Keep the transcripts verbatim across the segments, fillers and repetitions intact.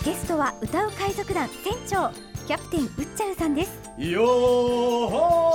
ゲストは歌う海賊団船長キャプテンウッチャルさんです。 よー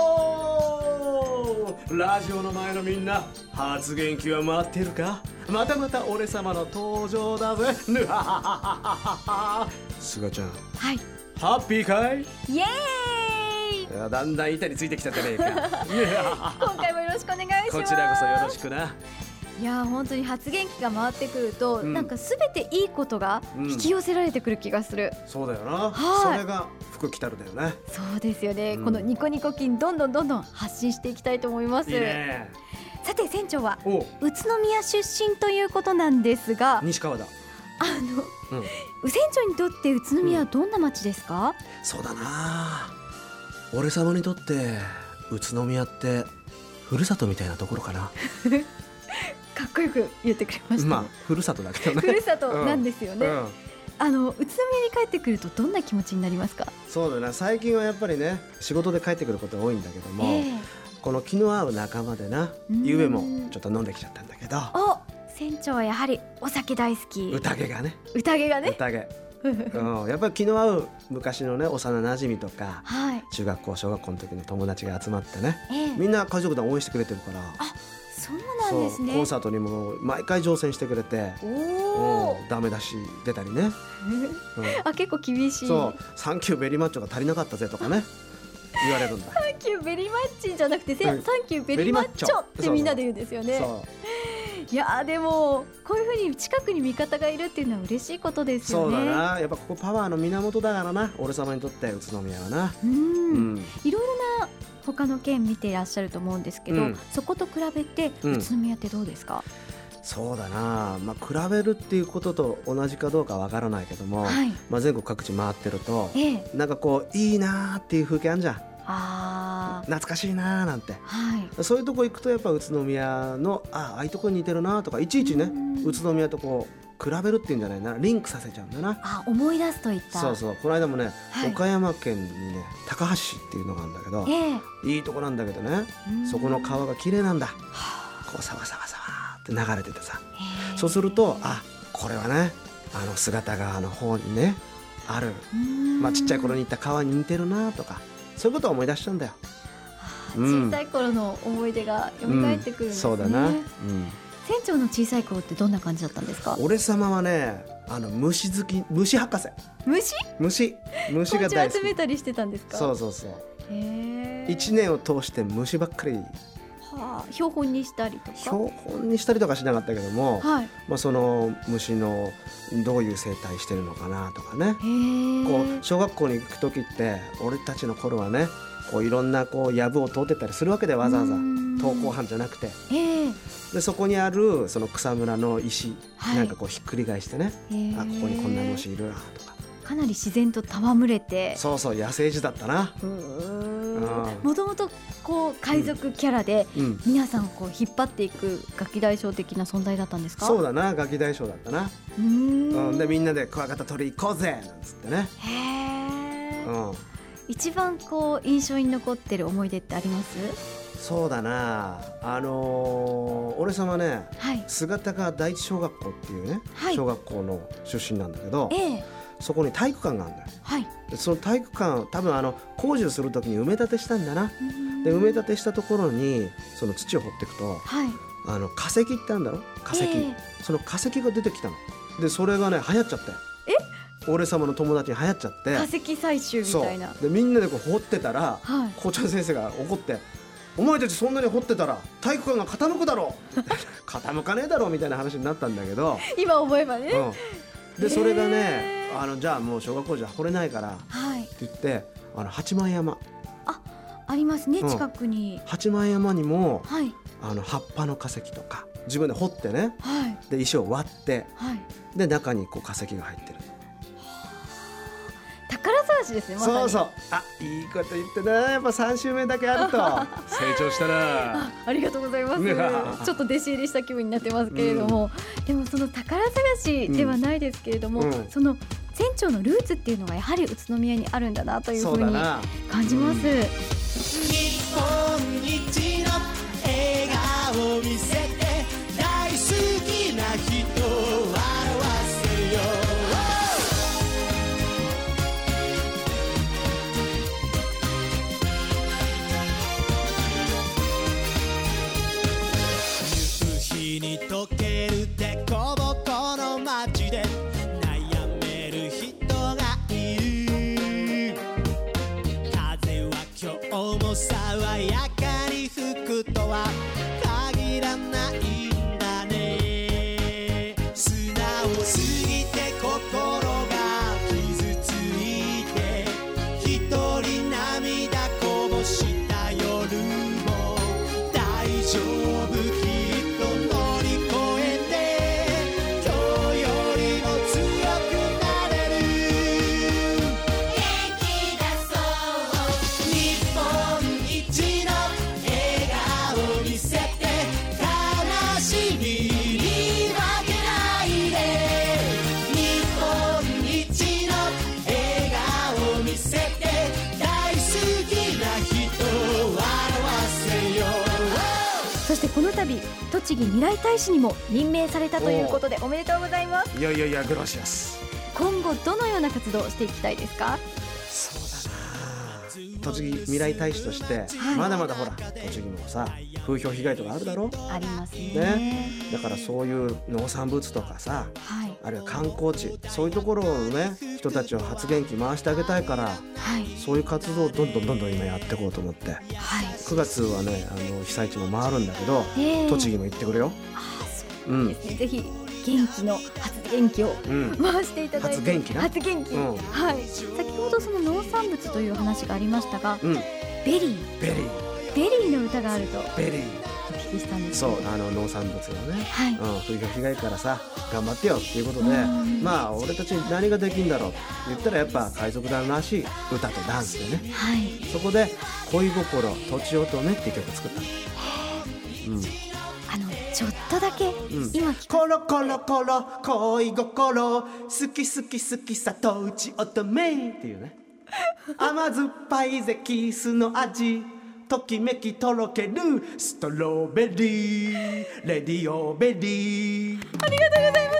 ほー、ラジオの前のみんな、発言機は待ってるか。またまた俺様の登場だぜ。ぬははははは。すがちゃん、 はい、 ハッピーかい。 イエーイ。 いや、だんだん板についてきちゃったねえか。 今回もよろしくお願いします。 こちらこそよろしくな。 いや本当に発言機が回ってくると、うん、なんかすべていいことが引き寄せられてくる気がする、 うん、そうだよな、それが福来たるだよね。 そうですよね、うん、このニコニコ金どんどんどんどん発信していきたいと思います。 いいね。 さて船長は宇都宮出身ということなんですが、 西川だ。 あの、うん、船長にとって宇都宮はどんな街ですか？ うん、そうだな、俺様にとって宇都宮ってふるさとみたいなところかな。 かっこよく言ってくれました。 まあふるさとだけどね。 ふるさとなんですよね、うんうん、あの宇都宮に帰ってくるとどんな気持ちになりますか？ そうだな、最近はやっぱりね仕事で帰ってくることが多いんだけども、えー、この気の合う仲間でな、ゆえもちょっと飲んできちゃったんだけど。 お、船長はやはりお酒大好き。 宴がね宴がね宴うん、やっぱり気の合う昔のね幼なじみとか、はい、中学校小学校の時の友達が集まってね、えー、みんな海賊団応援してくれてるから。 あ、そうなんですね。 コンサートにも毎回乗船してくれて、お、うん、ダメ出し出たりね、うん、 あ、結構厳しい。 そう、サンキューベリーマッチョが足りなかったぜとかね言われるんだ。 サンキューベリーマッチじゃなくて、うん、サンキューベリーマッチョってみんなで言うんですよね。そうそう、いやでもこういう風に近くに味方がいるっていうのは嬉しいことですよね。 そうだな、やっぱここパワーの源だからな、俺様にとって宇都宮はな。 うん、うん、いろいろな他の県見ていらっしゃると思うんですけど、うん、そこと比べて宇都宮ってどうですか？ うん、そうだな、まあ、比べるっていうことと同じかどうかわからないけども、はい、まあ、全国各地回ってると、ええ、なんかこういいなっていう風景あるじゃん。あ、懐かしいななんて、はい、そういうとこ行くとやっぱ宇都宮の あ, ああいうとこに似てるなとか、いちいちね宇都宮とこう比べるっていうんじゃないな、リンクさせちゃうんだな。 あ、思い出すといった。 そうそう、この間もね、はい、岡山県にね高橋市っていうのがあるんだけど、えー、いいとこなんだけどね、そこの川が綺麗なんだ。こうサワサワサワって流れててさ、えー、そうすると、あ、これはねあの姿川の方にねある、まあ、ちっちゃい頃に行った川に似てるなとか、そういうことを思い出しちゃうんだよ。 うん、小さい頃の思い出が蘇ってくるんですね。うん、そうだな、うん、船長の小さい頃ってどんな感じだったんですか？ 俺様はね、あの虫好き、虫博士。 虫虫虫が大好き。 昆虫集めたりしてたんですか？ そうそうそう。へー、いちねんを通して虫ばっかり、はあ、標本にしたりとか。 標本にしたりとかしなかったけども、はい、まあ、その虫のどういう生態してるのかなとかね。へー、こう小学校に行く時って俺たちの頃はね、こういろんなこう藪を通ってったりするわけで、わざわざ登校班じゃなくて、えー、でそこにあるその草むらの石、はい、なんかこうひっくり返してね、えー、あ、ここにこんな虫いるなとか。 かなり自然と戯れて。 そうそう、野生児だったな。 もともとこう海賊キャラで、うん、皆さんこう引っ張っていくガキ大将的な存在だったんですか？ そうだな、ガキ大将だったな。うん、うん、でみんなでクワガタ取り行こうぜなんつってね。へー、うん、一番こう印象に残ってる思い出ってあります？ そうだな、あのー、俺様ね、はい、姿川第一小学校っていうね、はい、小学校の出身なんだけど、ええ、そこに体育館があるんだよ、はい、でその体育館多分あの工事をするときに埋め立てしたんだな。で埋め立てしたところにその土を掘っていくと、はい、あの化石ってあるんだろ、化石、えー、その化石が出てきたので、それがね流行っちゃって、え、俺様の友達に流行っちゃって、 化石採集みたいな。 でみんなでこう掘ってたら、はい、校長先生が怒って、お前たちそんなに掘ってたら体育館が傾くだろう傾かねえだろうみたいな話になったんだけど今思えばね、 うん、でそれがね、あのじゃあもう小学校じゃ掘れないから、はい、って言ってあの八幡山、 あ、ありますね、うん、近くに八幡山にも、はい、あの葉っぱの化石とか自分で掘ってね、はい、で石を割って、はい、で中にこう化石が入ってる。 宝探しですね、まさに。 そうそう、あ、いいこと言ってな、やっぱさん週目だけあると成長したなあ。ありがとうございますちょっと弟子入りした気分になってますけれども、うん、でもその宝探しではないですけれども、うん、その船長のルーツっていうのがやはり宇都宮にあるんだなというふうに感じます。うん、日本一の笑顔を見せて大好きな人を笑わせよう。 栃木未来大使にも任命されたということでおめでとうございます。 いやいやいやグラシアス。 今後どのような活動をしていきたいですか？ そうだな、栃木未来大使として、はい、まだまだほら栃木もさ風評被害とかあるだろ。 あります ね, ねだからそういう農産物とかさ、はい、あるいは観光地、そういうところをね人たちを発言機回してあげたいから、はい、そういう活動をどんどんどんどん今やっていこうと思って、はい、くがつはねあの被災地も回るんだけど、えー、栃木も行ってくれよ。 あそうですね、うん、ぜひ元気の発言機を回していただいて、うん、発言機な発言機、うん、はい、先ほどその農産物という話がありましたが、うん、ベリーベリーベリーの歌があるとベリーお聞きしたんです。 そうあの農産物のね、はい、うん、風評被害からさ頑張ってよっていうことで、まあ俺たちに何ができるんだろうって言ったらやっぱ海賊団らしい歌とダンスでね、はい、そこで恋心とちおとめっていう曲を作ったの。うん、 あのちょっとだけ、うん、今コロコロコロ恋心好き好き好きさとちおとめっていうね甘酸っぱいぜキスの味ときめきとろけるストロベリーレディオベリー。 ありがとうございます。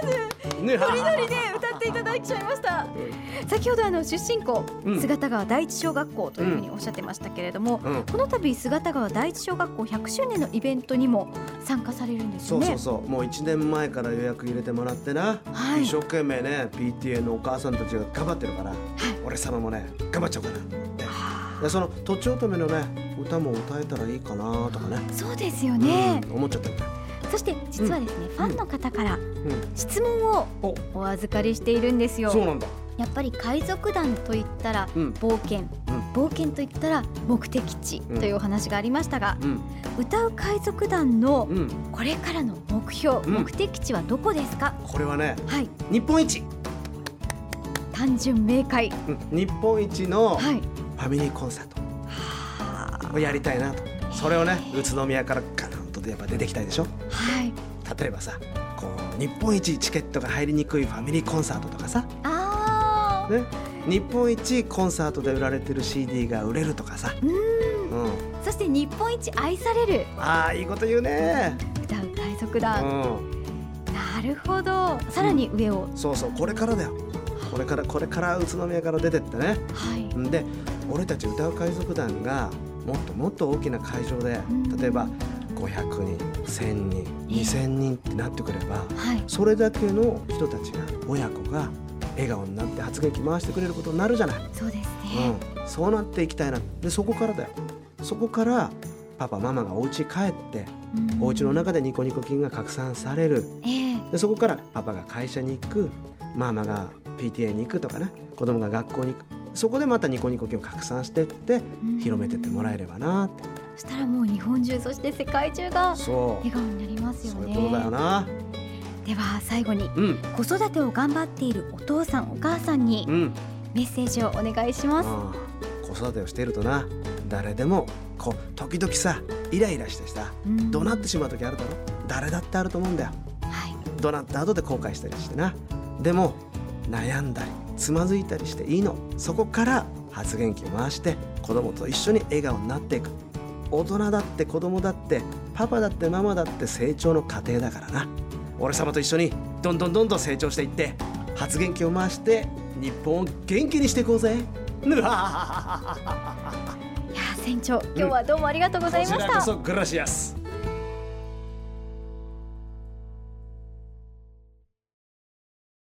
ノリノリで歌っていただきちゃいました、うん、先ほどあの出身校、うん、姿川第一小学校というふうにおっしゃってましたけれども、うん、この度姿川第一小学校ひゃくしゅうねんのイベントにも参加されるんですよね。 そうそうそう、もういちねんまえから予約入れてもらってな、はい、一生懸命ね ピーティーエー のお母さんたちが頑張ってるから、はい、俺様もね頑張っちゃおうかなって、でそのとちおとめのね歌も歌えたらいいかなとかね。 そうですよね、 うん、思っちゃったんだ。 そして実はですね、うん、ファンの方から質問をお預かりしているんですよ。 そうなんだ。 やっぱり海賊団といったら冒険、うん、冒険といったら目的地というお話がありましたが、うん、歌う海賊団のこれからの目標、うん、目的地はどこですか？ これはね、はい、日本一。 単純明快、 うん、日本一のファミリーコンサートをやりたいなと。それをね宇都宮からガーンとやっぱ出てきたいでしょ。はい、例えばさこう日本一チケットが入りにくいファミリーコンサートとかさ、あ、ね、日本一コンサートで売られてる シーディー が売れるとかさ、うん、うん、 そして日本一愛される。 ああいいこと言うね。 歌う海賊団、うん、なるほど。さらに上を、 うん、そうそうこれからだよ。これからこれから宇都宮から出てってね、はい、で俺たち歌う海賊団がもっともっと大きな会場で、例えばごひゃくにん、せんにん、にせんにんってなってくれば、はい、それだけの人たちが親子が笑顔になって発言機回してくれることになるじゃない。 そうですね、 うん、そうなっていきたいな。でそこからだよ。そこからパパママがお家帰って、お家の中でニコニコ菌が拡散される、えー、でそこからパパが会社に行く、ママが ピーティーエー に行くとかね、子供が学校に行く、そこでまたニコニコ菌を拡散していって広めてってもらえればなって。 そしたらもう日本中、そして世界中が笑顔になりますよね。 そういうことだよな。 では最後に、うん、子育てを頑張っているお父さんお母さんにメッセージをお願いします。うん、 子育てをしているとな、誰でもこう時々さイライラしてさ、うん、怒鳴ってしまう時あるだろ。誰だってあると思うんだよ。はい、怒鳴った後で後悔したりしてな。でも悩んだりつまずいたりしていいの。そこから発言機を回して子供と一緒に笑顔になっていく。大人だって子供だってパパだってママだって成長の過程だからな。俺様と一緒にどんどんどんどん成長していって発言機を回して日本を元気にしていこうぜ。いや船長、今日はどうもありがとうございました。 こちらこそグラシアス。